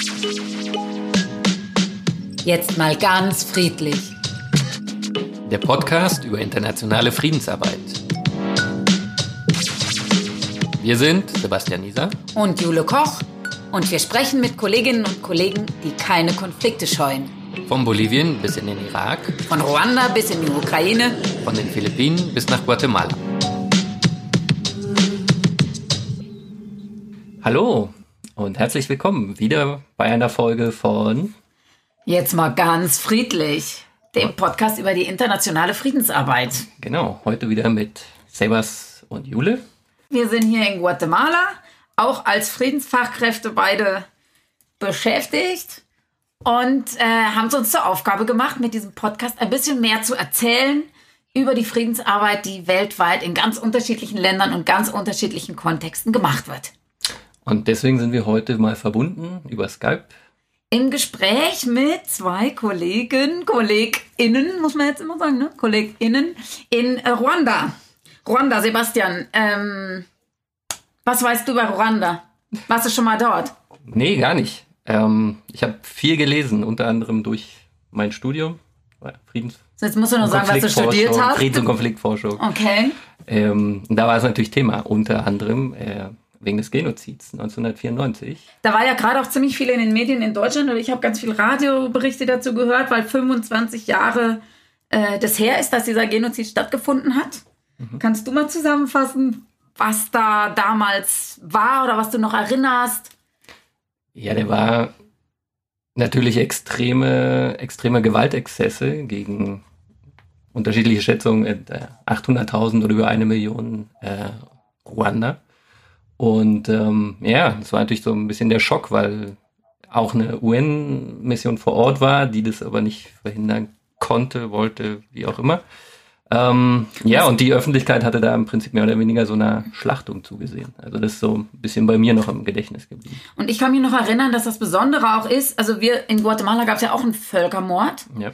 Jetzt mal ganz friedlich. Der Podcast über internationale Friedensarbeit. Wir sind Sebastian Nieser Und Jule Koch. Und wir sprechen mit Kolleginnen und Kollegen, die keine Konflikte scheuen. von Bolivien bis in den Irak, Von Ruanda bis in die Ukraine. von den Philippinen bis nach Guatemala. Hallo und herzlich willkommen wieder bei einer Folge von Jetzt mal ganz friedlich. Dem Podcast über die internationale Friedensarbeit. Genau, heute wieder mit Sebas und Jule. Wir sind hier in Guatemala, auch als Friedensfachkräfte beide beschäftigt und haben es uns zur Aufgabe gemacht, mit diesem Podcast ein bisschen mehr zu erzählen über die Friedensarbeit, die weltweit in ganz unterschiedlichen Ländern und ganz unterschiedlichen Kontexten gemacht wird. Und deswegen sind wir heute mal verbunden über Skype. Im Gespräch mit zwei Kolleginnen, muss man jetzt immer sagen, ne? KollegInnen in Ruanda. Ruanda, Sebastian, was weißt du über Ruanda? Warst du schon mal dort? Nee, gar nicht. Ich habe viel gelesen, unter anderem durch mein Studium. Jetzt musst du noch sagen, was du studiert hast. Friedens- und Konfliktforschung. Okay. Da war es natürlich Thema, unter anderem wegen des Genozids 1994. Da war ja gerade auch ziemlich viel in den Medien in Deutschland und ich habe ganz viel Radioberichte dazu gehört, weil 25 Jahre das her ist, dass dieser Genozid stattgefunden hat. Kannst du mal zusammenfassen, was da damals war oder was du noch erinnerst? Ja, der war natürlich extreme Gewaltexzesse gegen unterschiedliche Schätzungen, 800.000 oder über 1 Million Ruander. Und das war natürlich so ein bisschen der Schock, weil auch eine UN-Mission vor Ort war, die das aber nicht verhindern konnte, wollte, wie auch immer. Und die Öffentlichkeit hatte da im Prinzip mehr oder weniger so einer Schlachtung zugesehen. Also das ist so ein bisschen bei mir noch im Gedächtnis geblieben. Und ich kann mich noch erinnern, dass das Besondere auch ist, also in Guatemala gab es ja auch einen Völkermord, Ja.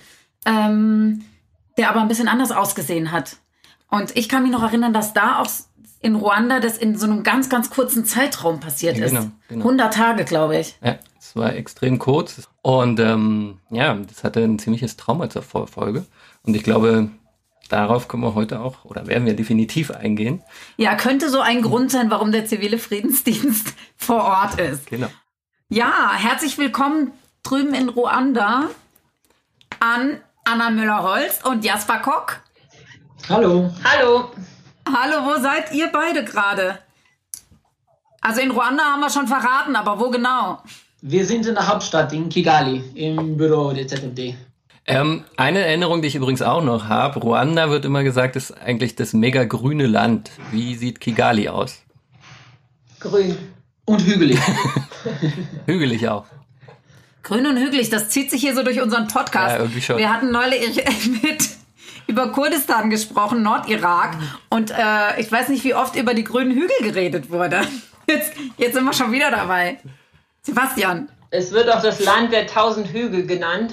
der aber ein bisschen anders ausgesehen hat. Und ich kann mich noch erinnern, dass da auch in Ruanda das in so einem ganz, ganz kurzen Zeitraum passiert ist. Genau. 100 Tage, glaube ich. Ja, es war extrem kurz. Und das hatte ein ziemliches Trauma zur Folge. Und ich glaube, darauf können wir heute auch, oder werden wir definitiv eingehen. Ja, könnte so ein Grund sein, warum der zivile Friedensdienst vor Ort ist. Genau. Ja, herzlich willkommen drüben in Ruanda an Anna Müller-Holz und Jasper Koch. Hallo. Hallo. Hallo, wo seid ihr beide gerade? Also in Ruanda haben wir schon verraten, aber wo genau? Wir sind in der Hauptstadt, in Kigali, im Büro der ZFD. Eine Erinnerung, die ich übrigens auch noch habe, Ruanda wird immer gesagt, ist eigentlich das mega grüne Land. Wie sieht Kigali aus? Grün. Und hügelig. Hügelig auch. Grün und hügelig, das zieht sich hier so durch unseren Podcast. Ja, irgendwie schon. Wir hatten neulich über Kurdistan gesprochen, Nordirak. Und ich weiß nicht, wie oft über die grünen Hügel geredet wurde. Jetzt sind wir schon wieder dabei. Sebastian. Es wird auch das Land der 1000 Hügel genannt,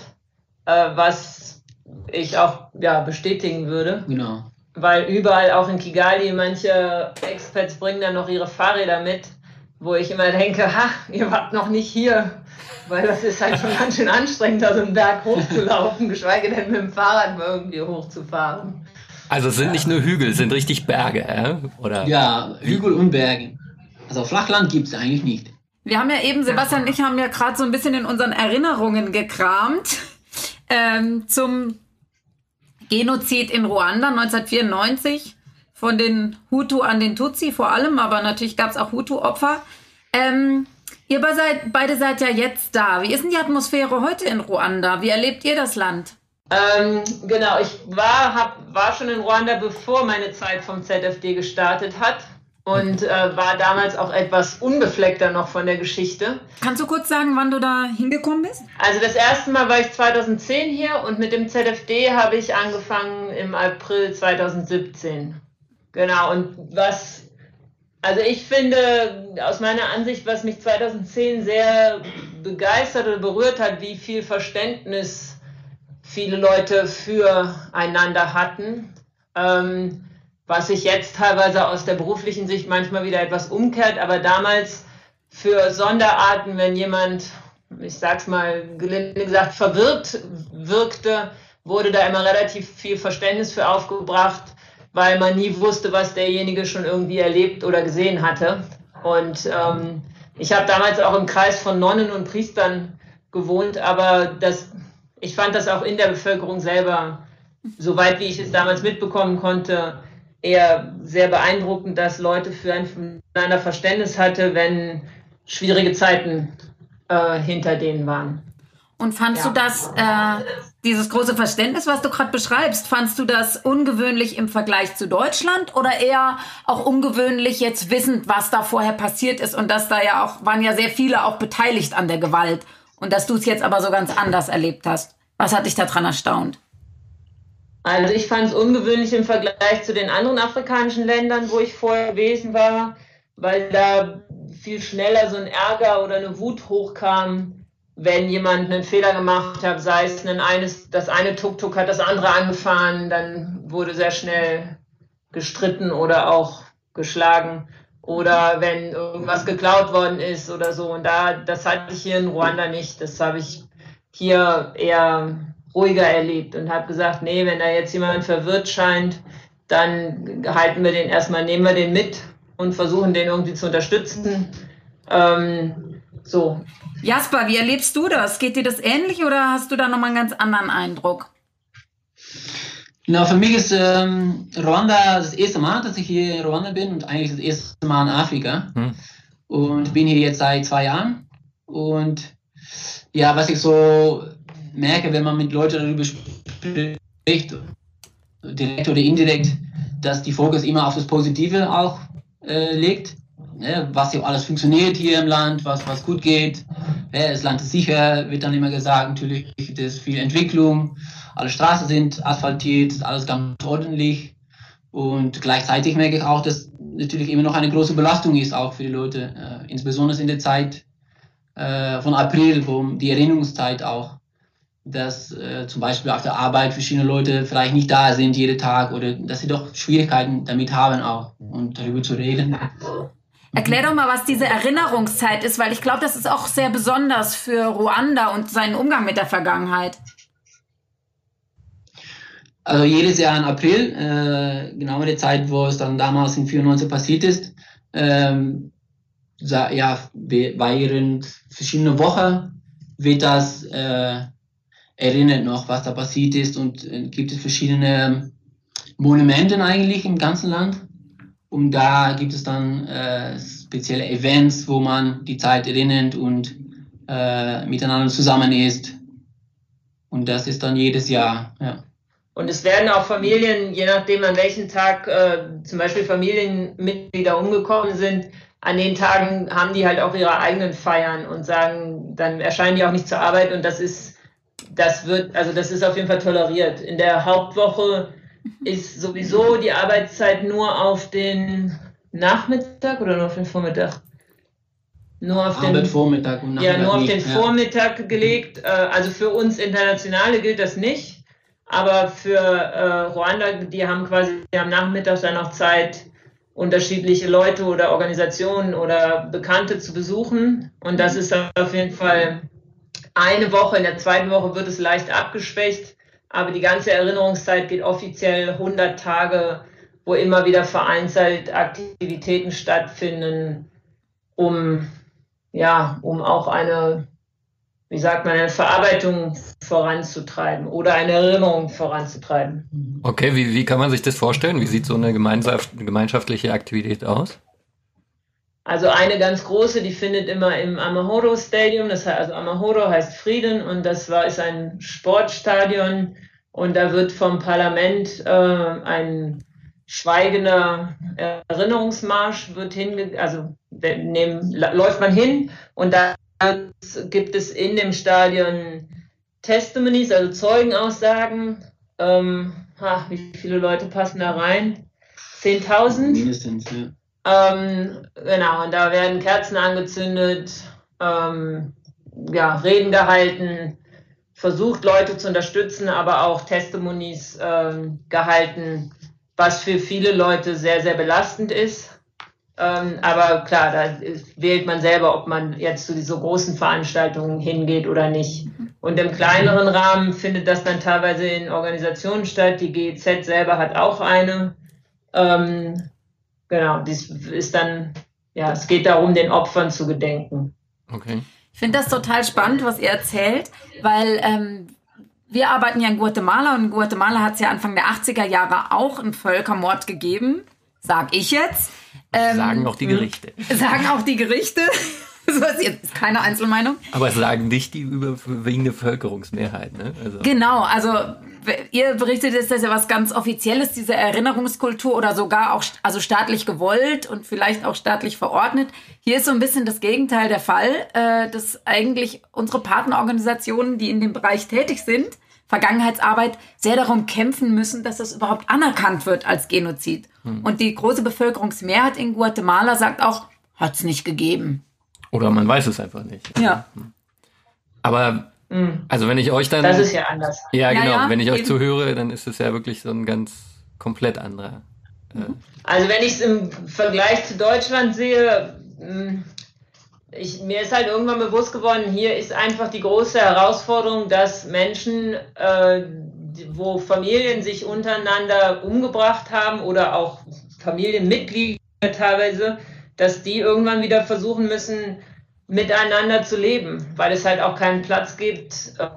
was ich auch bestätigen würde. Genau. Weil überall, auch in Kigali, manche Expats bringen dann noch ihre Fahrräder mit, wo ich immer denke, ihr wart noch nicht hier. Weil das ist halt schon ganz schön anstrengend, da so einen Berg hochzulaufen, geschweige denn mit dem Fahrrad mal irgendwie hochzufahren. Also es sind nicht nur Hügel, es sind richtig Berge, oder? Ja, Hügel und Berge. Also Flachland gibt es eigentlich nicht. Wir haben ja eben, Sebastian und ich haben ja gerade so ein bisschen in unseren Erinnerungen gekramt zum Genozid in Ruanda 1994 von den Hutu an den Tutsi vor allem, aber natürlich gab es auch Hutu-Opfer. Ihr beide seid ja jetzt da. Wie ist denn die Atmosphäre heute in Ruanda? Wie erlebt ihr das Land? Genau, ich war schon in Ruanda, bevor meine Zeit vom ZFD gestartet hat. Und war damals auch etwas unbefleckter noch von der Geschichte. Kannst du kurz sagen, wann du da hingekommen bist? Also das erste Mal war ich 2010 hier und mit dem ZFD habe ich angefangen im April 2017. Genau, und also ich finde, aus meiner Ansicht, was mich 2010 sehr begeistert oder berührt hat, wie viel Verständnis viele Leute füreinander hatten. Was sich jetzt teilweise aus der beruflichen Sicht manchmal wieder etwas umkehrt, aber damals für Sonderarten, wenn jemand ich sag's mal gelinde gesagt, verwirrt wirkte, wurde da immer relativ viel Verständnis für aufgebracht, weil man nie wusste, was derjenige schon irgendwie erlebt oder gesehen hatte. Und ich habe damals auch im Kreis von Nonnen und Priestern gewohnt, aber ich fand das auch in der Bevölkerung selber, soweit wie ich es damals mitbekommen konnte, eher sehr beeindruckend, dass Leute füreinander Verständnis hatte, wenn schwierige Zeiten hinter denen waren. Und fandst du das, dieses große Verständnis, was du gerade beschreibst, fandst du das ungewöhnlich im Vergleich zu Deutschland oder eher auch ungewöhnlich jetzt wissend, was da vorher passiert ist und dass da ja auch, waren ja sehr viele auch beteiligt an der Gewalt und dass du es jetzt aber so ganz anders erlebt hast? Was hat dich daran erstaunt? Also ich fand es ungewöhnlich im Vergleich zu den anderen afrikanischen Ländern, wo ich vorher gewesen war, weil da viel schneller so ein Ärger oder eine Wut hochkam, wenn jemand einen Fehler gemacht hat, sei es das eine Tuk-Tuk hat das andere angefahren, dann wurde sehr schnell gestritten oder auch geschlagen. Oder wenn irgendwas geklaut worden ist oder so. Und das hatte ich hier in Ruanda nicht. Das habe ich hier eher ruhiger erlebt und habe gesagt, nee, wenn da jetzt jemand verwirrt scheint, dann nehmen wir den mit und versuchen den irgendwie zu unterstützen. So. Jasper, wie erlebst du das? Geht dir das ähnlich oder hast du da nochmal einen ganz anderen Eindruck? Genau, für mich ist Ruanda das erste Mal, dass ich hier in Ruanda bin und eigentlich das erste Mal in Afrika. Und bin hier jetzt seit 2 Jahren. Und ja, was ich so merke, wenn man mit Leuten darüber spricht, direkt oder indirekt, dass die Fokus immer auf das Positive auch legt. Was ja alles funktioniert hier im Land, was gut geht. Das Land ist sicher, wird dann immer gesagt. Natürlich gibt es viel Entwicklung. Alle Straßen sind asphaltiert, alles ganz ordentlich. Und gleichzeitig merke ich auch, dass natürlich immer noch eine große Belastung ist, auch für die Leute. Insbesondere in der Zeit von April, wo die Erinnerungszeit auch, dass zum Beispiel auf der Arbeit verschiedene Leute vielleicht nicht da sind jeden Tag oder dass sie doch Schwierigkeiten damit haben auch und darüber zu reden. Erklär doch mal, was diese Erinnerungszeit ist, weil ich glaube, das ist auch sehr besonders für Ruanda und seinen Umgang mit der Vergangenheit. Also jedes Jahr im April, genau in der Zeit, wo es dann damals in 1994 passiert ist, während verschiedene Wochen wird das erinnert noch, was da passiert ist und gibt es verschiedene Monumente eigentlich im ganzen Land. Und da gibt es dann spezielle Events, wo man die Zeit erinnert und miteinander zusammen ist. Und das ist dann jedes Jahr, ja. Und es werden auch Familien, je nachdem an welchem Tag zum Beispiel Familienmitglieder umgekommen sind, an den Tagen haben die halt auch ihre eigenen Feiern und sagen, dann erscheinen die auch nicht zur Arbeit und das ist auf jeden Fall toleriert. In der Hauptwoche ist sowieso die Arbeitszeit nur auf den Nachmittag oder nur auf den Vormittag? Nur auf den Vormittag und Nachmittag. Ja, nur auf den Vormittag gelegt. Also für uns Internationale gilt das nicht. Aber für Ruanda, die haben am Nachmittag dann noch Zeit, unterschiedliche Leute oder Organisationen oder Bekannte zu besuchen. Und das ist auf jeden Fall eine Woche. In der zweiten Woche wird es leicht abgeschwächt. Aber die ganze Erinnerungszeit geht offiziell 100 Tage, wo immer wieder vereinzelt Aktivitäten stattfinden, um auch eine Verarbeitung voranzutreiben oder eine Erinnerung voranzutreiben. Okay, wie kann man sich das vorstellen? Wie sieht so eine gemeinschaftliche Aktivität aus? Also eine ganz große, die findet immer im Amahoro Stadium, also Amahoro heißt Frieden und das ist ein Sportstadion und da wird vom Parlament ein schweigender Erinnerungsmarsch läuft man hin und da gibt es in dem Stadion Testimonies, also Zeugenaussagen. Wie viele Leute passen da rein? 10.000? Mindestens, ja. Genau, und da werden Kerzen angezündet, Reden gehalten, versucht Leute zu unterstützen, aber auch Testimonies gehalten, was für viele Leute sehr, sehr belastend ist. Aber klar, da wählt man selber, ob man jetzt zu so großen Veranstaltungen hingeht oder nicht. Und im kleineren Rahmen findet das dann teilweise in Organisationen statt. Die GEZ selber hat auch eine. Genau, dies ist dann, ja, es geht darum, den Opfern zu gedenken. Okay. Ich finde das total spannend, was ihr erzählt, weil wir arbeiten ja in Guatemala und in Guatemala hat es ja Anfang der 80er Jahre auch einen Völkermord gegeben, sag ich jetzt. Sagen auch die Gerichte. Sagen auch die Gerichte. Das ist jetzt keine Einzelmeinung. Aber es sagen nicht die überwiegende Bevölkerungsmehrheit, ne? Also. Genau, also ihr berichtet jetzt, das ist ja was ganz Offizielles, diese Erinnerungskultur oder sogar auch also staatlich gewollt und vielleicht auch staatlich verordnet. Hier ist so ein bisschen das Gegenteil der Fall, dass eigentlich unsere Partnerorganisationen, die in dem Bereich tätig sind, Vergangenheitsarbeit, sehr darum kämpfen müssen, dass das überhaupt anerkannt wird als Genozid. Und die große Bevölkerungsmehrheit in Guatemala sagt auch, hat's nicht gegeben. Oder man weiß es einfach nicht. Ja. Aber, also wenn ich euch dann... Das ist ja anders. Ja, genau. Ja, wenn ich euch eben. zuhöre, dann ist es ja wirklich so ein ganz komplett anderer. Also wenn ich es im Vergleich zu Deutschland sehe, mir ist halt irgendwann bewusst geworden, hier ist einfach die große Herausforderung, dass Menschen, wo Familien sich untereinander umgebracht haben oder auch Familienmitglieder teilweise, dass die irgendwann wieder versuchen müssen, miteinander zu leben, weil es halt auch keinen Platz gibt,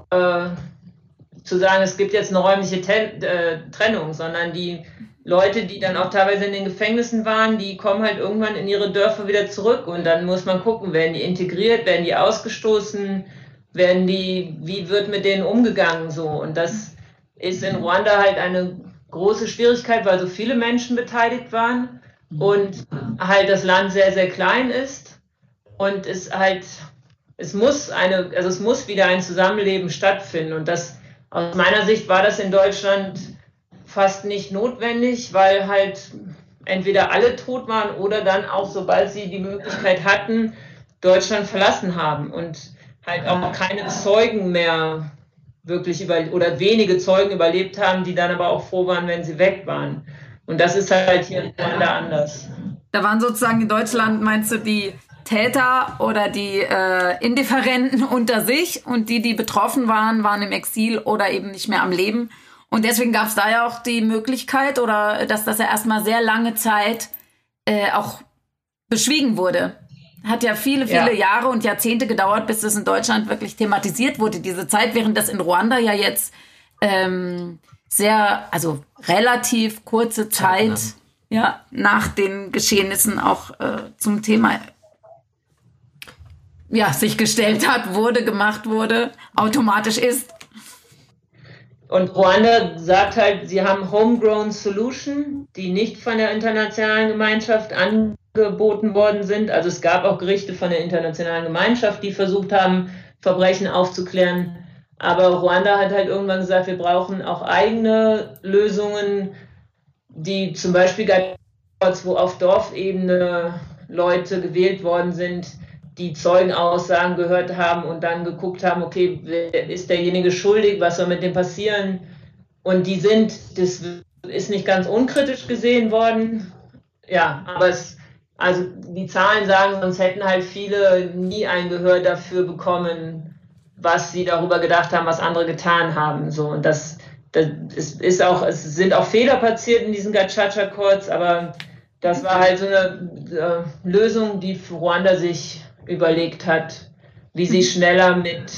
zu sagen, es gibt jetzt eine räumliche Trennung, sondern die Leute, die dann auch teilweise in den Gefängnissen waren, die kommen halt irgendwann in ihre Dörfer wieder zurück und dann muss man gucken, werden die integriert, werden die ausgestoßen, wie wird mit denen umgegangen so, und das ist in Ruanda halt eine große Schwierigkeit, weil so viele Menschen beteiligt waren und halt das Land sehr, sehr klein ist und es muss wieder ein Zusammenleben stattfinden und das, aus meiner Sicht war das in Deutschland fast nicht notwendig, weil halt entweder alle tot waren oder dann auch, sobald sie die Möglichkeit hatten, Deutschland verlassen haben und halt auch keine Zeugen mehr wirklich oder wenige Zeugen überlebt haben, die dann aber auch froh waren, wenn sie weg waren. Und das ist halt hier in Ruanda anders. Da waren sozusagen in Deutschland, meinst du, die Täter oder die Indifferenten unter sich und die betroffen waren, waren im Exil oder eben nicht mehr am Leben. Und deswegen gab es da ja auch die Möglichkeit, oder dass das ja erstmal sehr lange Zeit auch beschwiegen wurde. Hat ja viele Jahre und Jahrzehnte gedauert, bis das in Deutschland wirklich thematisiert wurde. Diese Zeit, während das in Ruanda ja jetzt also relativ kurze Zeit nach den Geschehnissen auch zum Thema sich gestellt hat, gemacht wurde, automatisch ist. Und Ruanda sagt halt, sie haben Homegrown Solution, die nicht von der internationalen Gemeinschaft angeboten worden sind. Also es gab auch Gerichte von der internationalen Gemeinschaft, die versucht haben, Verbrechen aufzuklären. Aber Ruanda hat halt irgendwann gesagt, wir brauchen auch eigene Lösungen, die zum Beispiel, wo auf Dorfebene Leute gewählt worden sind, die Zeugenaussagen gehört haben und dann geguckt haben, okay, ist derjenige schuldig, was soll mit dem passieren? Und das ist nicht ganz unkritisch gesehen worden. Ja, aber die Zahlen sagen, sonst hätten halt viele nie ein Gehör dafür bekommen, was sie darüber gedacht haben, was andere getan haben. So, und es sind auch Fehler passiert in diesen Gacaca-Courts, aber das war halt so eine Lösung, die für Ruanda sich überlegt hat, wie sie schneller mit,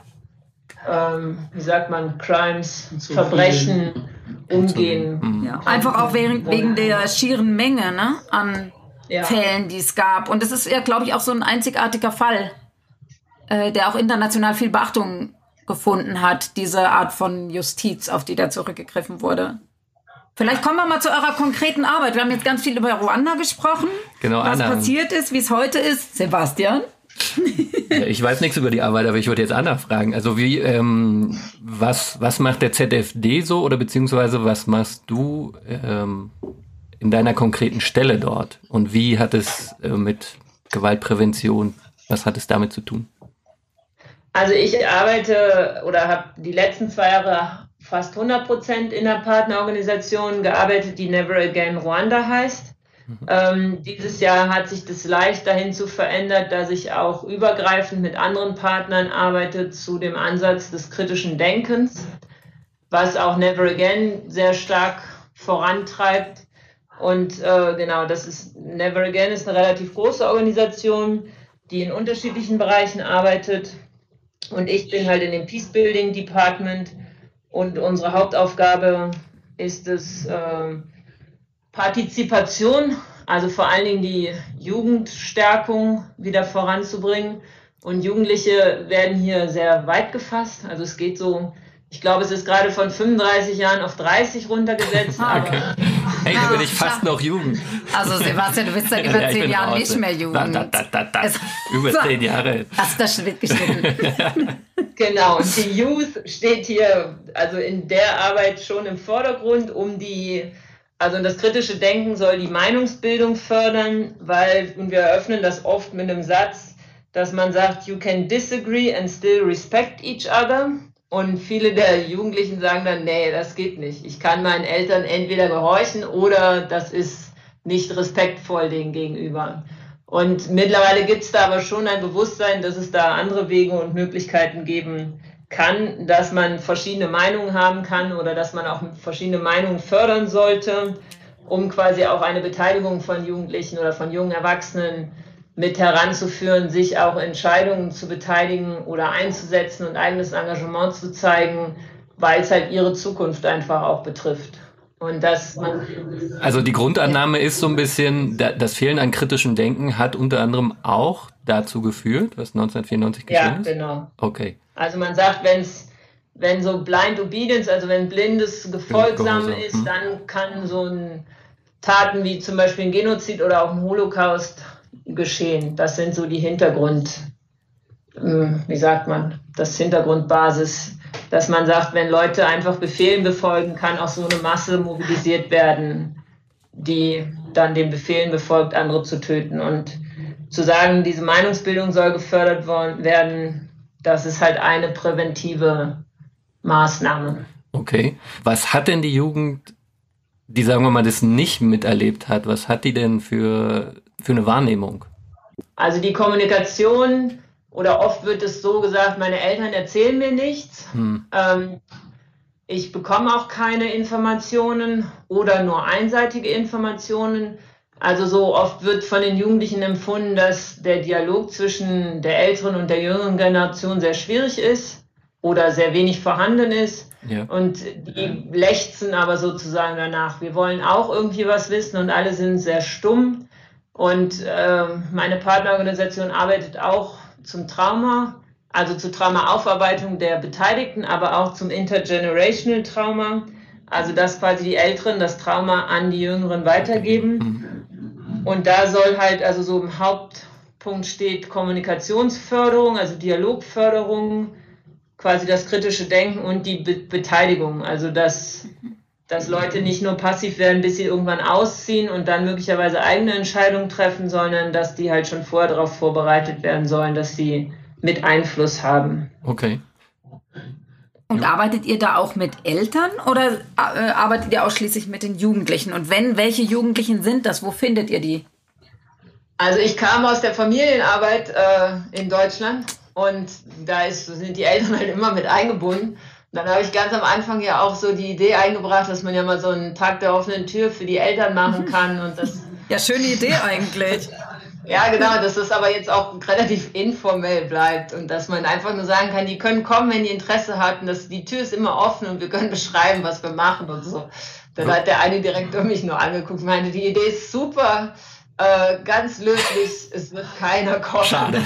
Crimes, Verbrechen umgehen. Ja, einfach auch wegen der schieren Menge an Fällen, die es gab. Und das ist ja, glaube ich, auch so ein einzigartiger Fall, der auch international viel Beachtung gefunden hat, diese Art von Justiz, auf die da zurückgegriffen wurde. Vielleicht kommen wir mal zu eurer konkreten Arbeit. Wir haben jetzt ganz viel über Ruanda gesprochen, genau, was Anna passiert ist, wie es heute ist. Sebastian? Ich weiß nichts über die Arbeit, aber ich würde jetzt Anna fragen. Also was macht der ZFD so, oder beziehungsweise was machst du in deiner konkreten Stelle dort? Und wie hat es mit Gewaltprävention, was hat es damit zu tun? Also ich arbeite oder habe die letzten 2 Jahre fast 100% in einer Partnerorganisation gearbeitet, die Never Again Rwanda heißt. Dieses Jahr hat sich das leicht dahin zu verändert, dass ich auch übergreifend mit anderen Partnern arbeite zu dem Ansatz des kritischen Denkens, was auch Never Again sehr stark vorantreibt. Und genau, das ist Never Again ist eine relativ große Organisation, die in unterschiedlichen Bereichen arbeitet. Und ich bin halt in dem Peacebuilding Department und unsere Hauptaufgabe ist es, Partizipation, also vor allen Dingen die Jugendstärkung wieder voranzubringen. Und Jugendliche werden hier sehr weit gefasst. Also es geht so, ich glaube, es ist gerade von 35 Jahren auf 30 runtergesetzt. Okay. Hey, da bin ich fast noch Jugend. Also Sebastian, du bist seit über 10 Jahren nicht mehr Jugend. Über 10 Jahre. Hast du das schon mitgeschnitten? Genau, und die Youth steht hier also in der Arbeit schon im Vordergrund, also das kritische Denken soll die Meinungsbildung fördern, und wir eröffnen das oft mit einem Satz, dass man sagt, you can disagree and still respect each other. Und viele der Jugendlichen sagen dann, nee, das geht nicht. Ich kann meinen Eltern entweder gehorchen oder das ist nicht respektvoll denen gegenüber. Und mittlerweile gibt es da aber schon ein Bewusstsein, dass es da andere Wege und Möglichkeiten geben kann, dass man verschiedene Meinungen haben kann oder dass man auch verschiedene Meinungen fördern sollte, um quasi auch eine Beteiligung von Jugendlichen oder von jungen Erwachsenen mit heranzuführen, sich auch Entscheidungen zu beteiligen oder einzusetzen und eigenes Engagement zu zeigen, weil es halt ihre Zukunft einfach auch betrifft. Und also die Grundannahme ist so ein bisschen, das Fehlen an kritischem Denken hat unter anderem auch dazu geführt, was 1994 geschehen ist? Ja, genau. Okay. Also man sagt, wenn so Blind Obedience, also wenn blindes Gefolgsam ist, dann kann so ein Taten wie zum Beispiel ein Genozid oder auch ein Holocaust geschehen. Das sind so die das Hintergrundbasis, dass man sagt, wenn Leute einfach Befehlen befolgen, kann auch so eine Masse mobilisiert werden, die dann den Befehlen befolgt, andere zu töten. Und zu sagen, diese Meinungsbildung soll gefördert werden, das ist halt eine präventive Maßnahme. Okay. Was hat denn die Jugend, die, sagen wir mal, das nicht miterlebt hat, was hat die denn für eine Wahrnehmung? Also die Kommunikation, oder oft wird es so gesagt, meine Eltern erzählen mir nichts. Ich bekomme auch keine Informationen oder nur einseitige Informationen. Also so oft wird von den Jugendlichen empfunden, dass der Dialog zwischen der älteren und der jüngeren Generation sehr schwierig ist oder sehr wenig vorhanden ist. Ja. Und die lechzen aber sozusagen danach. Wir wollen auch irgendwie was wissen und alle sind sehr stumm. Und meine Partnerorganisation arbeitet auch zum Trauma, also zur Traumaaufarbeitung der Beteiligten, aber auch zum Intergenerational Trauma, also dass quasi die Älteren das Trauma an die Jüngeren weitergeben. Und da soll halt, also so im Hauptpunkt steht Kommunikationsförderung, also Dialogförderung, quasi das kritische Denken und die Beteiligung, also dass Leute nicht nur passiv werden, bis sie irgendwann ausziehen und dann möglicherweise eigene Entscheidungen treffen, sondern dass die halt schon vorher darauf vorbereitet werden sollen, dass sie mit Einfluss haben. Okay. Und arbeitet ihr da auch mit Eltern oder arbeitet ihr ausschließlich mit den Jugendlichen? Und wenn, welche Jugendlichen sind das? Wo findet ihr die? Also ich kam aus der Familienarbeit in Deutschland und da sind die Eltern halt immer mit eingebunden. Dann habe ich ganz am Anfang ja auch so die Idee eingebracht, dass man ja mal so einen Tag der offenen Tür für die Eltern machen kann. Und das ja, schöne Idee eigentlich. Ja, genau, dass das aber jetzt auch relativ informell bleibt und dass man einfach nur sagen kann, die können kommen, wenn die Interesse hatten. Die Tür ist immer offen und wir können beschreiben, was wir machen und so. Dann hat der eine Direktor mich nur angeguckt und meinte, die Idee ist super, ganz löblich, es wird keiner kommen. Schade.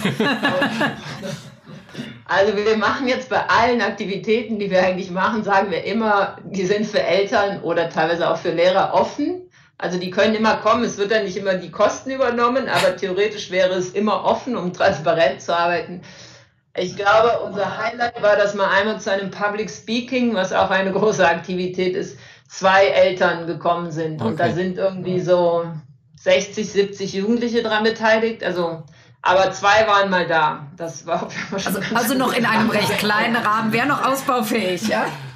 Also wir machen jetzt bei allen Aktivitäten, die wir eigentlich machen, sagen wir immer, die sind für Eltern oder teilweise auch für Lehrer offen. Also die können immer kommen, es wird dann nicht immer die Kosten übernommen, aber theoretisch wäre es immer offen, um transparent zu arbeiten. Ich glaube, unser Highlight war, dass mal einmal zu einem Public Speaking, was auch eine große Aktivität ist, 2 Eltern gekommen sind. Okay. Und da sind irgendwie so 60, 70 Jugendliche dran beteiligt, aber 2 waren mal da. Das war schon also noch in einem recht kleinen Rahmen. Wäre noch ausbaufähig, ja?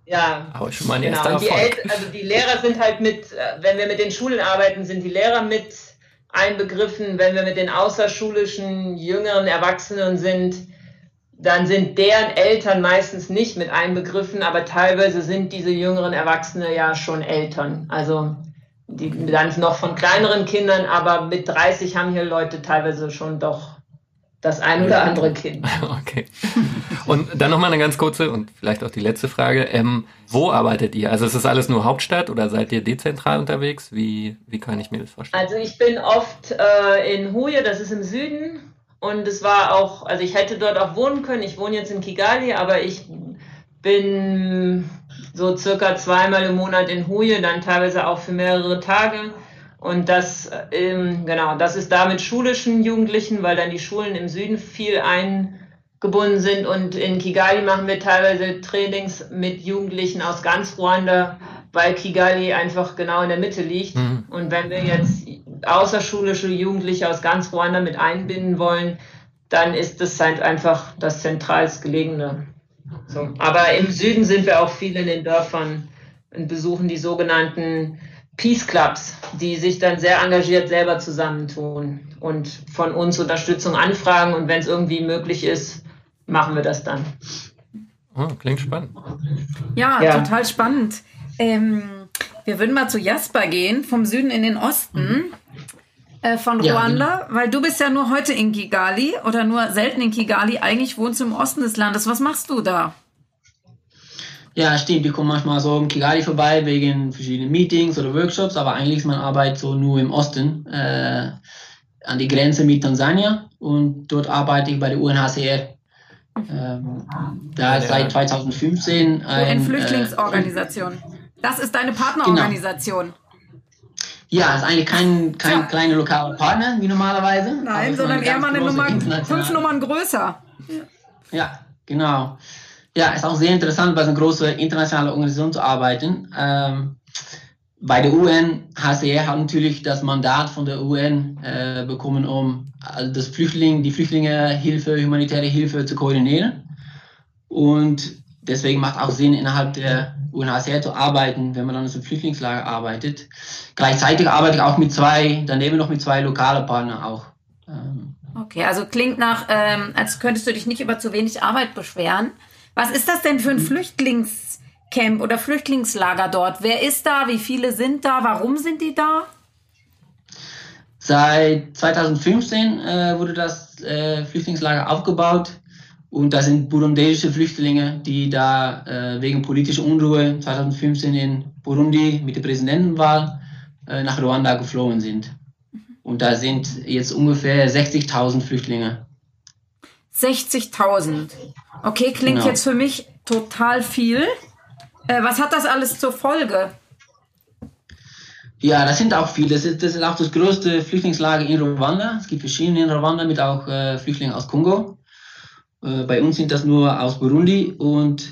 Ja, aber schon mal ein erster genau. Erfolg. Also die Lehrer sind halt wenn wir mit den Schulen arbeiten, sind die Lehrer mit einbegriffen. Wenn wir mit den außerschulischen jüngeren Erwachsenen sind, dann sind deren Eltern meistens nicht mit einbegriffen, aber teilweise sind diese jüngeren Erwachsene ja schon Eltern. Also die dann noch von kleineren Kindern, aber mit 30 haben hier Leute teilweise schon doch das ein oder andere Kind. Okay. Und dann nochmal eine ganz kurze und vielleicht auch die letzte Frage. Wo arbeitet ihr? Also ist das alles nur Hauptstadt oder seid ihr dezentral unterwegs? Wie kann ich mir das vorstellen? Also ich bin oft in Huye, das ist im Süden. Und es war auch, also ich hätte dort auch wohnen können. Ich wohne jetzt in Kigali, aber ich bin so circa 2-mal im Monat in Huye, dann teilweise auch für mehrere Tage. Und das ist da mit schulischen Jugendlichen, weil dann die Schulen im Süden viel eingebunden sind. Und in Kigali machen wir teilweise Trainings mit Jugendlichen aus ganz Ruanda, weil Kigali einfach genau in der Mitte liegt. Mhm. Und wenn wir jetzt außerschulische Jugendliche aus ganz Ruanda mit einbinden wollen, dann ist das halt einfach das zentralst gelegene. So. Aber im Süden sind wir auch viel in den Dörfern und besuchen die sogenannten Peace Clubs, die sich dann sehr engagiert selber zusammentun und von uns Unterstützung anfragen. Und wenn es irgendwie möglich ist, machen wir das dann. Oh, klingt spannend. Ja, total spannend. Wir würden mal zu Jasper gehen, vom Süden in den Osten von Ruanda, weil du bist ja nur heute in Kigali oder nur selten in Kigali. Eigentlich wohnst du im Osten des Landes. Was machst du da? Ja, stimmt. Ich komme manchmal so in Kigali vorbei wegen verschiedenen Meetings oder Workshops, aber eigentlich ist meine Arbeit so nur im Osten, an die Grenze mit Tansania, und dort arbeite ich bei der UNHCR. Da ist seit 2015 eine Flüchtlingsorganisation. Das ist deine Partnerorganisation. Genau. Ja, ist eigentlich kein kleiner lokaler Partner wie normalerweise. Nein, sondern eher mal eine 5 Nummern größer. Ja, genau. Ja, ist auch sehr interessant, bei so einer großen internationalen Organisation zu arbeiten. Bei der UNHCR hat natürlich das Mandat von der UN bekommen, um die Flüchtlingehilfe, humanitäre Hilfe zu koordinieren. Und deswegen macht auch Sinn, innerhalb der UNHCR zu arbeiten, wenn man dann in so einem Flüchtlingslager arbeitet. Gleichzeitig arbeite ich auch daneben noch mit 2 lokalen Partnern auch. Okay, also klingt nach, als könntest du dich nicht über zu wenig Arbeit beschweren. Was ist das denn für ein Flüchtlingscamp oder Flüchtlingslager dort? Wer ist da? Wie viele sind da? Warum sind die da? Seit 2015 wurde das Flüchtlingslager aufgebaut. Und das sind burundesische Flüchtlinge, die da wegen politischer Unruhe 2015 in Burundi mit der Präsidentenwahl nach Ruanda geflohen sind. Und da sind jetzt ungefähr 60.000 Flüchtlinge. 60.000. Okay, klingt jetzt für mich total viel. Was hat das alles zur Folge? Ja, das sind auch viele. Das ist auch das größte Flüchtlingslager in Ruanda. Es gibt verschiedene in Ruanda mit auch Flüchtlingen aus Kongo. Bei uns sind das nur aus Burundi, und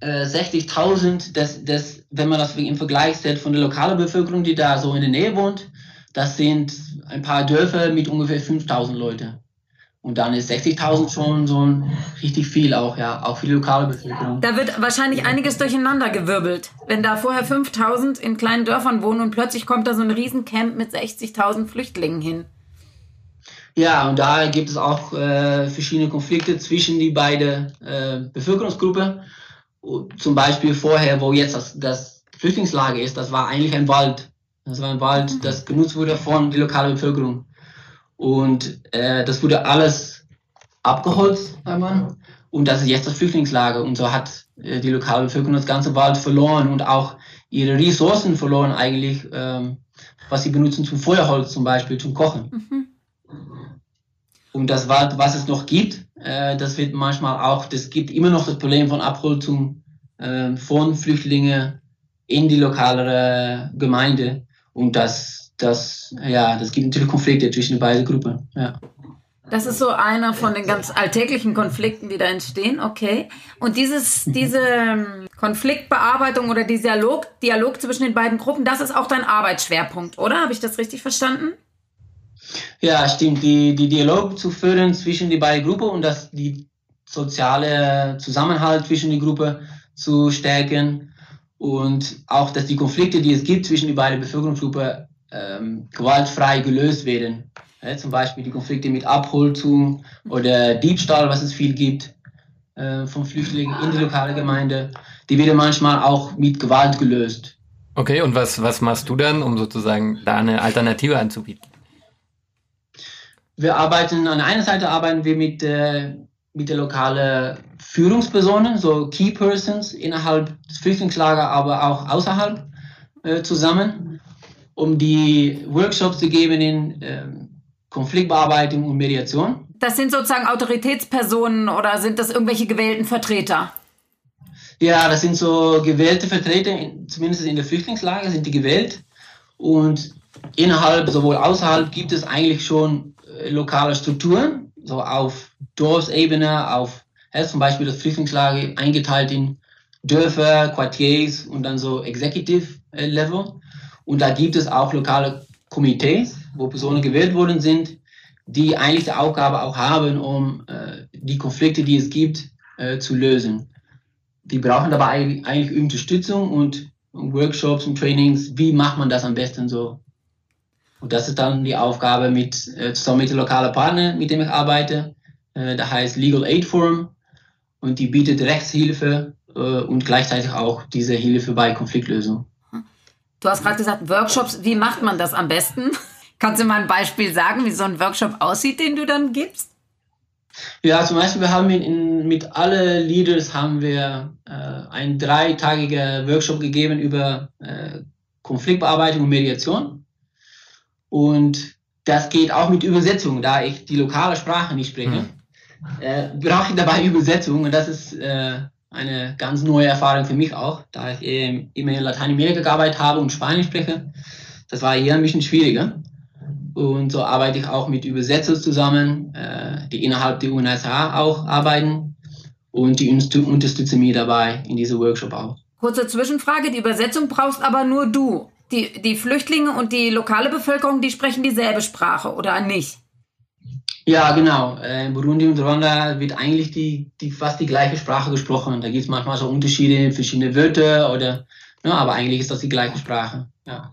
60.000, wenn man das im Vergleich sieht von der lokalen Bevölkerung, die da so in der Nähe wohnt, das sind ein paar Dörfer mit ungefähr 5.000 Leute. Und dann ist 60.000 schon so richtig viel auch für die lokale Bevölkerung. Da wird wahrscheinlich einiges durcheinander gewirbelt. Wenn da vorher 5.000 in kleinen Dörfern wohnen und plötzlich kommt da so ein Riesencamp mit 60.000 Flüchtlingen hin. Ja, und da gibt es auch verschiedene Konflikte zwischen die beiden Bevölkerungsgruppen. Zum Beispiel vorher, wo jetzt das Flüchtlingslager ist, das war eigentlich ein Wald. Das war ein Wald, das genutzt wurde von der lokalen Bevölkerung. Und das wurde alles abgeholzt, und das ist jetzt das Flüchtlingslager. Und so hat die lokale Bevölkerung das ganze Wald verloren und auch ihre Ressourcen verloren eigentlich, was sie benutzen zum Feuerholz zum Beispiel, zum Kochen. Mhm. Und das Wald, was es noch gibt, das wird manchmal auch, das gibt immer noch das Problem von Abholzung von Flüchtlingen in die lokale Gemeinde. Und das gibt natürlich Konflikte zwischen den beiden Gruppen. Ja. Das ist so einer von den ganz alltäglichen Konflikten, die da entstehen, okay. Und diese Konfliktbearbeitung oder dieser Dialog zwischen den beiden Gruppen, das ist auch dein Arbeitsschwerpunkt, oder? Habe ich das richtig verstanden? Ja, stimmt. Die Dialog zu führen zwischen die beiden Gruppen und die soziale Zusammenhalt zwischen die Gruppen zu stärken. und auch, dass die Konflikte, die es gibt zwischen den beiden Bevölkerungsgruppen, gewaltfrei gelöst werden. Ja, zum Beispiel die Konflikte mit Abholzung oder Diebstahl, was es viel gibt, von Flüchtlingen in die lokale Gemeinde, die werden manchmal auch mit Gewalt gelöst. Okay, und was machst du dann, um sozusagen da eine Alternative anzubieten? An der einen Seite arbeiten wir mit der lokalen Führungspersonen, so Key Persons innerhalb des Flüchtlingslagers, aber auch außerhalb zusammen, um die Workshops zu geben in Konfliktbearbeitung und Mediation. Das sind sozusagen Autoritätspersonen oder sind das irgendwelche gewählten Vertreter? Ja, das sind so gewählte Vertreter, zumindest in der Flüchtlingslager sind die gewählt. Und innerhalb, sowohl außerhalb, gibt es eigentlich schon lokale Strukturen, so auf Dorfsebene, zum Beispiel das Flüchtlingslager eingeteilt in Dörfer, Quartiers und dann so Executive Level. Und da gibt es auch lokale Komitees, wo Personen gewählt worden sind, die eigentlich die Aufgabe auch haben, um die Konflikte, die es gibt, zu lösen. Die brauchen dabei eigentlich Unterstützung und Workshops und Trainings. Wie macht man das am besten so? Und das ist dann die Aufgabe zusammen mit den lokalen Partnern, mit dem ich arbeite. Das heißt Legal Aid Forum und die bietet Rechtshilfe und gleichzeitig auch diese Hilfe bei Konfliktlösung. Du hast gerade gesagt, Workshops, wie macht man das am besten? Kannst du mal ein Beispiel sagen, wie so ein Workshop aussieht, den du dann gibst? Ja, zum Beispiel wir haben mit allen Leaders haben wir einen 3-tägigen Workshop gegeben über Konfliktbearbeitung und Mediation. Und das geht auch mit Übersetzung, da ich die lokale Sprache nicht spreche. Brauche ich dabei Übersetzung und das ist eine ganz neue Erfahrung für mich auch, da ich immer in Lateinamerika gearbeitet habe und Spanisch spreche. Das war hier ein bisschen schwieriger. Und so arbeite ich auch mit Übersetzern zusammen, die innerhalb der UNHCR auch arbeiten und die unterstützen mich dabei in diesem Workshop auch. Kurze Zwischenfrage, die Übersetzung brauchst aber nur du. Die Flüchtlinge und die lokale Bevölkerung, die sprechen dieselbe Sprache, oder nicht? Ja, genau. In Burundi und Rwanda wird eigentlich fast die gleiche Sprache gesprochen. Da gibt es manchmal so Unterschiede, verschiedene Wörter, aber eigentlich ist das die gleiche Sprache. Ja.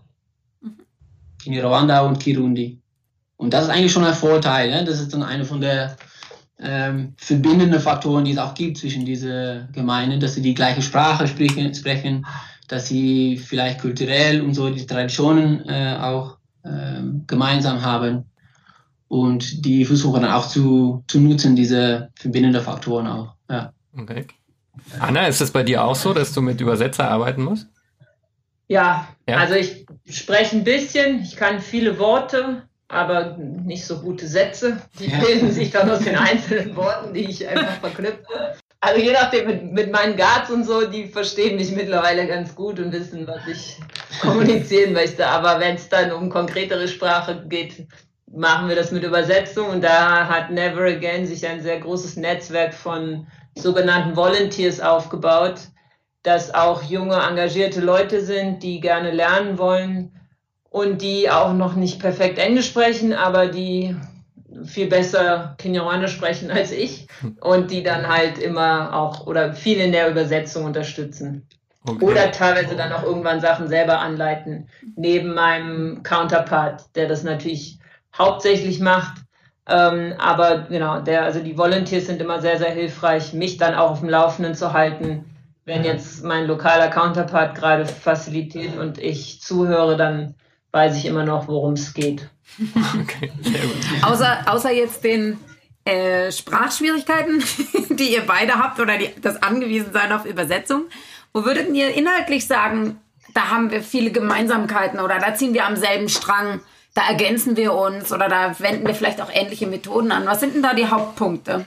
In Rwanda und Kirundi. Und das ist eigentlich schon ein Vorteil. Ne? Das ist dann eine von der verbindenden Faktoren, die es auch gibt zwischen diesen Gemeinden, dass sie die gleiche Sprache sprechen, dass sie vielleicht kulturell und so die Traditionen auch gemeinsam haben. Und die versuchen dann auch zu nutzen, diese verbindenden Faktoren auch. Ja. Okay. Anna, ist es bei dir auch so, dass du mit Übersetzer arbeiten musst? Ja, also ich spreche ein bisschen, ich kann viele Worte, aber nicht so gute Sätze. Die bilden sich dann aus den einzelnen Worten, die ich einfach verknüpfe. Also je nachdem, mit meinen Guards und so, die verstehen mich mittlerweile ganz gut und wissen, was ich kommunizieren möchte. Aber wenn es dann um konkretere Sprache geht, machen wir das mit Übersetzung. Und da hat Never Again sich ein sehr großes Netzwerk von sogenannten Volunteers aufgebaut, dass auch junge, engagierte Leute sind, die gerne lernen wollen und die auch noch nicht perfekt Englisch sprechen, aber die viel besser Kinyarwanda sprechen als ich und die dann halt immer auch oder viel in der Übersetzung unterstützen. Okay. Oder teilweise dann auch irgendwann Sachen selber anleiten, neben meinem Counterpart, der das natürlich hauptsächlich macht. Aber genau, also die Volunteers sind immer sehr, sehr hilfreich, mich dann auch auf dem Laufenden zu halten. Wenn jetzt mein lokaler Counterpart gerade facilitiert und ich zuhöre, dann weiß ich immer noch, worum es geht. Okay, sehr gut. Außer jetzt den Sprachschwierigkeiten, die ihr beide habt oder das Angewiesensein auf Übersetzung, wo würdet ihr inhaltlich sagen, da haben wir viele Gemeinsamkeiten oder da ziehen wir am selben Strang, da ergänzen wir uns oder da wenden wir vielleicht auch ähnliche Methoden an. Was sind denn da die Hauptpunkte?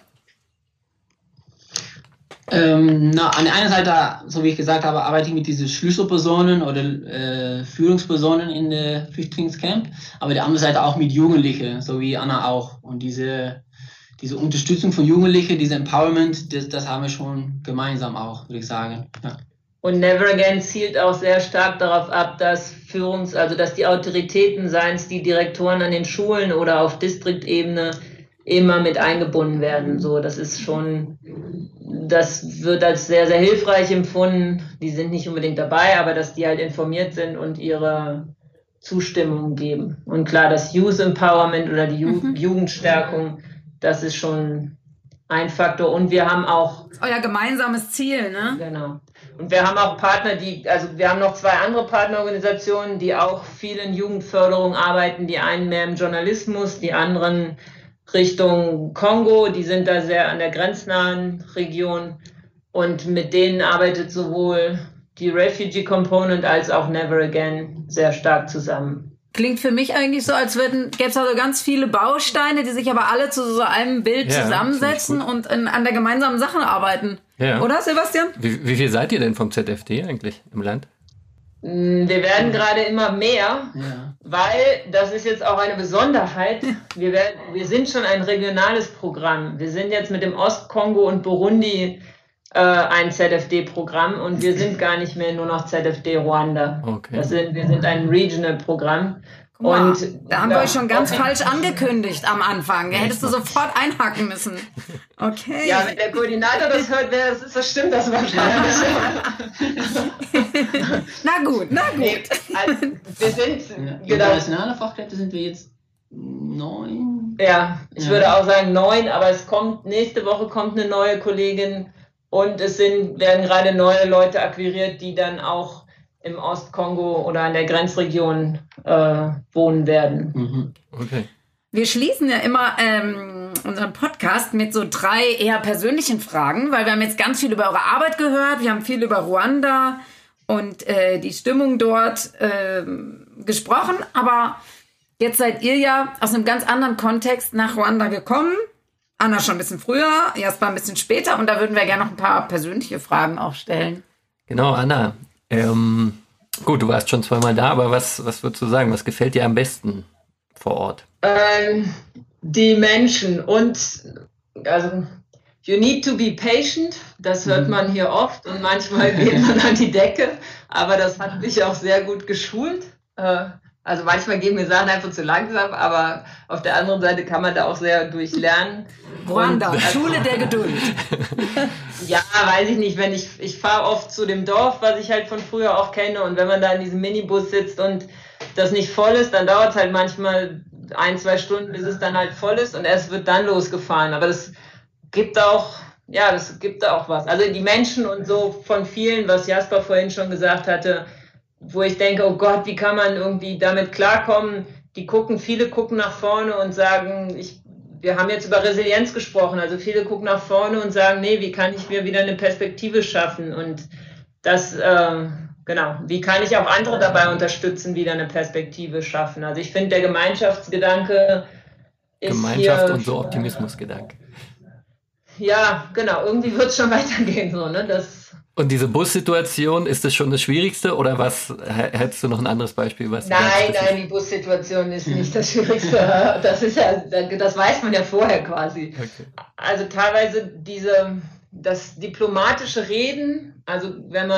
An der einen Seite, so wie ich gesagt habe, arbeite ich mit diesen Schlüsselpersonen oder Führungspersonen in der Flüchtlingscamp, aber der anderen Seite auch mit Jugendlichen, so wie Anna auch. Und diese Unterstützung von Jugendlichen, diese Empowerment, das haben wir schon gemeinsam auch, würde ich sagen. Ja. Und Never Again zielt auch sehr stark darauf ab, dass dass die Autoritäten, seien es die Direktoren an den Schulen oder auf Distriktebene, immer mit eingebunden werden. So, das wird als sehr, sehr hilfreich empfunden. Die sind nicht unbedingt dabei, aber dass die halt informiert sind und ihre Zustimmung geben. Und klar, das Youth Empowerment oder die Jugendstärkung, das ist schon ein Faktor. Und wir haben auch... Euer gemeinsames Ziel, ne? Genau. Und wir haben auch Partner, wir haben noch 2 andere Partnerorganisationen, die auch viel in Jugendförderung arbeiten. Die einen mehr im Journalismus, die anderen Richtung Kongo. Die sind da sehr an der grenznahen Region. Und mit denen arbeitet sowohl die Refugee Component als auch Never Again sehr stark zusammen. Klingt für mich eigentlich so, als gäbe es also ganz viele Bausteine, die sich aber alle zu so einem Bild zusammensetzen und an der gemeinsamen Sache arbeiten. Ja. Oder, Sebastian? Wie viel seid ihr denn vom ZFD eigentlich im Land? Wir werden gerade immer mehr, weil das ist jetzt auch eine Besonderheit. Wir sind schon ein regionales Programm. Wir sind jetzt mit dem Ostkongo und Burundi ein ZFD-Programm und wir sind gar nicht mehr nur noch ZFD Ruanda. Okay. Wir sind ein Regional-Programm. Und da haben wir euch schon ganz falsch angekündigt am Anfang. Hättest du sofort einhaken müssen. Okay. Ja, wenn der Koordinator das hört, das stimmt das wahrscheinlich. Na gut. Also, wir sind internationale Fachkräfte sind wir jetzt 9. Ja, ich würde auch sagen 9, aber nächste Woche kommt eine neue Kollegin. Und werden gerade neue Leute akquiriert, die dann auch im Ostkongo oder in der Grenzregion wohnen werden. Okay. Wir schließen ja immer unseren Podcast mit so 3 eher persönlichen Fragen, weil wir haben jetzt ganz viel über eure Arbeit gehört, wir haben viel über Ruanda und die Stimmung dort gesprochen, aber jetzt seid ihr ja aus einem ganz anderen Kontext nach Ruanda gekommen. Anna schon ein bisschen früher, Jasper ein bisschen später und da würden wir gerne noch ein paar persönliche Fragen auch stellen. Genau, Anna. Gut, du warst schon 2-mal da, aber was würdest du sagen? Was gefällt dir am besten vor Ort? Die Menschen und also you need to be patient, das hört man hier oft und manchmal geht man an die Decke, aber das hat mich auch sehr gut geschult. Also manchmal gehen mir Sachen einfach zu langsam, aber auf der anderen Seite kann man da auch sehr durchlernen. Ruanda, Schule der Geduld. Ja, weiß ich nicht, ich fahre oft zu dem Dorf, was ich halt von früher auch kenne und wenn man da in diesem Minibus sitzt und das nicht voll ist, dann dauert es halt manchmal 1-2 Stunden, bis es dann halt voll ist und erst wird dann losgefahren. Aber das gibt auch was. Also die Menschen und so von vielen, was Jasper vorhin schon gesagt hatte, wo ich denke, oh Gott, wie kann man irgendwie damit klarkommen? Viele gucken nach vorne und sagen, wir haben jetzt über Resilienz gesprochen, also viele gucken nach vorne und sagen, nee, wie kann ich mir wieder eine Perspektive schaffen? Und das, wie kann ich auch andere dabei unterstützen, wieder eine Perspektive schaffen? Also ich finde, der Gemeinschaftsgedanke ist Gemeinschaft und so Optimismusgedanke. Ja, genau, irgendwie wird es schon weitergehen, so, ne? Und diese Bussituation, ist das schon das Schwierigste oder was? Hättest du noch ein anderes Beispiel? Nein, die Bussituation ist nicht das Schwierigste. Das weiß man ja vorher quasi. Okay. Also teilweise das diplomatische Reden, also wenn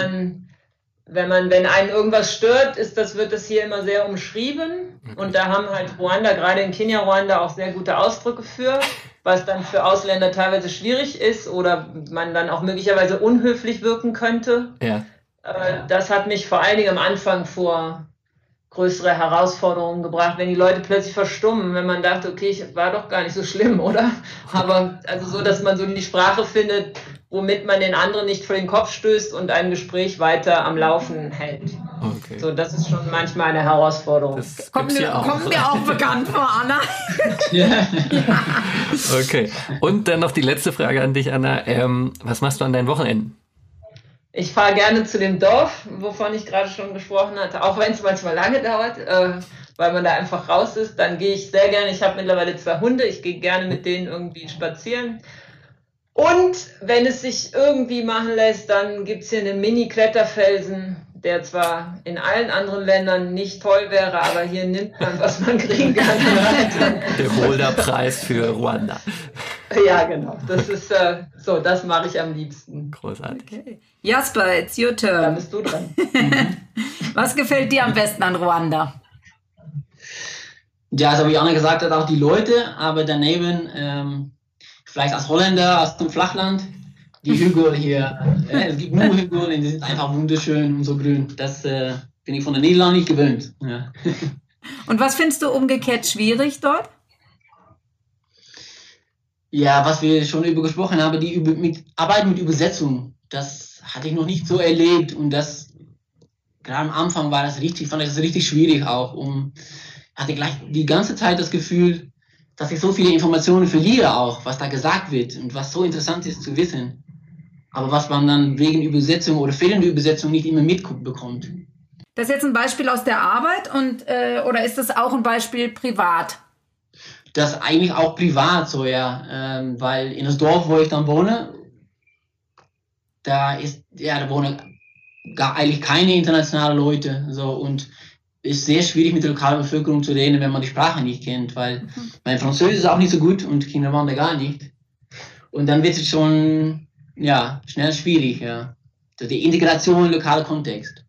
einen irgendwas stört, wird das hier immer sehr umschrieben. Okay. Und da haben halt gerade in Kenia-Ruanda auch sehr gute Ausdrücke für, was dann für Ausländer teilweise schwierig ist oder man dann auch möglicherweise unhöflich wirken könnte. Ja. Das hat mich vor allen Dingen am Anfang vor größere Herausforderungen gebracht, wenn die Leute plötzlich verstummen, wenn man dachte, okay, ich war doch gar nicht so schlimm, oder? Aber also so, dass man so die Sprache findet, womit man den anderen nicht vor den Kopf stößt und ein Gespräch weiter am Laufen hält. Okay. So, das ist schon manchmal eine Herausforderung. Das kommt mir auch bekannt vor, Anna. Ja. Okay. Und dann noch die letzte Frage an dich, Anna. Was machst du an deinen Wochenenden? Ich fahre gerne zu dem Dorf, wovon ich gerade schon gesprochen hatte, auch wenn es manchmal lange dauert, weil man da einfach raus ist. Dann gehe ich sehr gerne, ich habe mittlerweile 2 Hunde, ich gehe gerne mit denen irgendwie spazieren. Und wenn es sich irgendwie machen lässt, dann gibt es hier einen Mini-Kletterfelsen, der zwar in allen anderen Ländern nicht toll wäre, aber hier nimmt man, was man kriegen kann. Der Boulder-Preis für Ruanda. Ja, genau. Das ist das mache ich am liebsten. Großartig. Okay. Jasper, it's your turn. Da bist du dran. Was gefällt dir am besten an Ruanda? Ja, so wie Anna gesagt hat, auch die Leute, aber daneben, vielleicht als Holländer, aus dem Flachland, die Hügel hier, es gibt nur Hügel und die sind einfach wunderschön und so grün. Das bin ich von den Niederlanden nicht gewöhnt. Ja. Und was findest du umgekehrt schwierig dort? Ja, was wir schon über gesprochen haben, Arbeit mit Übersetzung, das hatte ich noch nicht so erlebt und das, gerade am Anfang fand ich das richtig schwierig auch. Hatte gleich die ganze Zeit das Gefühl, dass ich so viele Informationen verliere auch, was da gesagt wird und was so interessant ist zu wissen. Aber was man dann wegen Übersetzung oder fehlender Übersetzung nicht immer mitbekommt. Das ist jetzt ein Beispiel aus der Arbeit oder ist das auch ein Beispiel privat? Das ist eigentlich auch privat so, ja. Weil in das Dorf, wo ich dann wohne, da wohnen eigentlich keine internationalen Leute. So, und es ist sehr schwierig mit der lokalen Bevölkerung zu reden, wenn man die Sprache nicht kennt, weil mein Französisch ist auch nicht so gut und Kinderwander gar nicht. Und dann wird es schon schnell schwierig, ja. Die Integration im lokalen Kontext.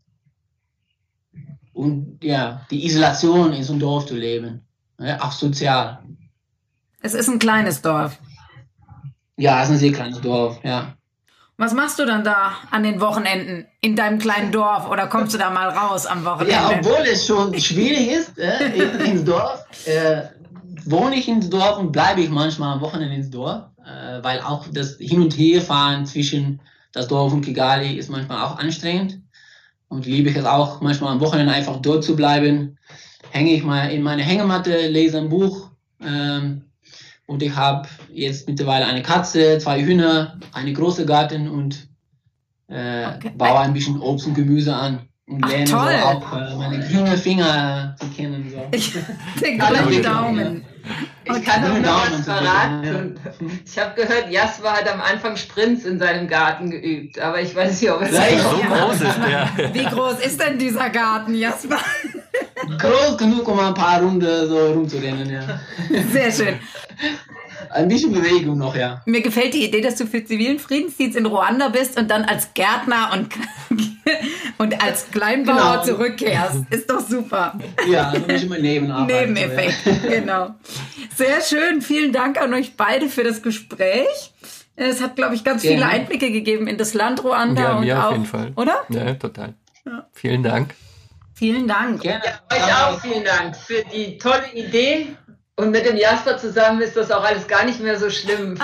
Und die Isolation in so einem Dorf zu leben. Ja, auch sozial. Es ist ein kleines Dorf. Ja, es ist ein sehr kleines Dorf, ja. Was machst du dann da an den Wochenenden in deinem kleinen Dorf oder kommst du da mal raus am Wochenende? Ja, obwohl es schon schwierig ist, ins Dorf, wohne ich ins Dorf und bleibe ich manchmal am Wochenende ins Dorf, weil auch das Hin- und Herfahren zwischen das Dorf und Kigali ist manchmal auch anstrengend. Und liebe ich es auch manchmal am Wochenende einfach dort zu bleiben. Hänge ich mal in meine Hängematte, lese ein Buch. Und ich habe jetzt mittlerweile eine Katze, 2 Hühner, eine große Garten und baue ein bisschen Obst und Gemüse an. Und lerne so auch meine grünen Finger zu kennen. So. Den grünen Daumen. Ich kann auch noch was verraten. Ich habe gehört, Jasper hat am Anfang Sprints in seinem Garten geübt, aber ich weiß nicht, ob es so groß ist. Ja. Wie groß ist denn dieser Garten, Jasper? Groß genug, um ein paar Runden so rumzurennen, ja. Sehr schön. Ein bisschen Bewegung noch, ja. Mir gefällt die Idee, dass du für zivilen Friedensdienst in Ruanda bist und dann als Gärtner und als Kleinbauer zurückkehrst. Ist doch super. Ja, also nicht immer Nebenarbeit. Nebeneffekt, genau. Sehr schön. Vielen Dank an euch beide für das Gespräch. Es hat, glaube ich, ganz viele Einblicke gegeben in das Land Ruanda. Ja, und mir auch, auf jeden Fall. Oder? Ja, total. Ja. Vielen Dank. Vielen Dank. Gerne. Ja, euch auch vielen Dank für die tolle Idee. Und mit dem Jasper zusammen ist das auch alles gar nicht mehr so schlimm.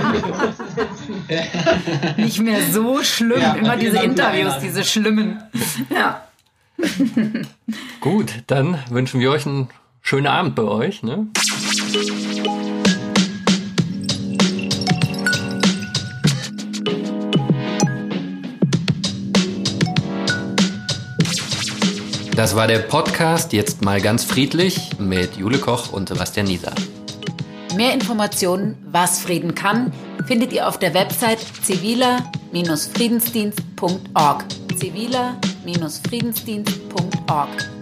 Nicht mehr so schlimm. Ja, immer diese Interviews, diese schlimmen. Ja. Gut, dann wünschen wir euch einen schönen Abend bei euch. Ne? Das war der Podcast Jetzt mal ganz friedlich mit Jule Koch und Sebastian Nieser. Mehr Informationen, was Frieden kann, findet ihr auf der Website ziviler-friedensdienst.org. ziviler-friedensdienst.org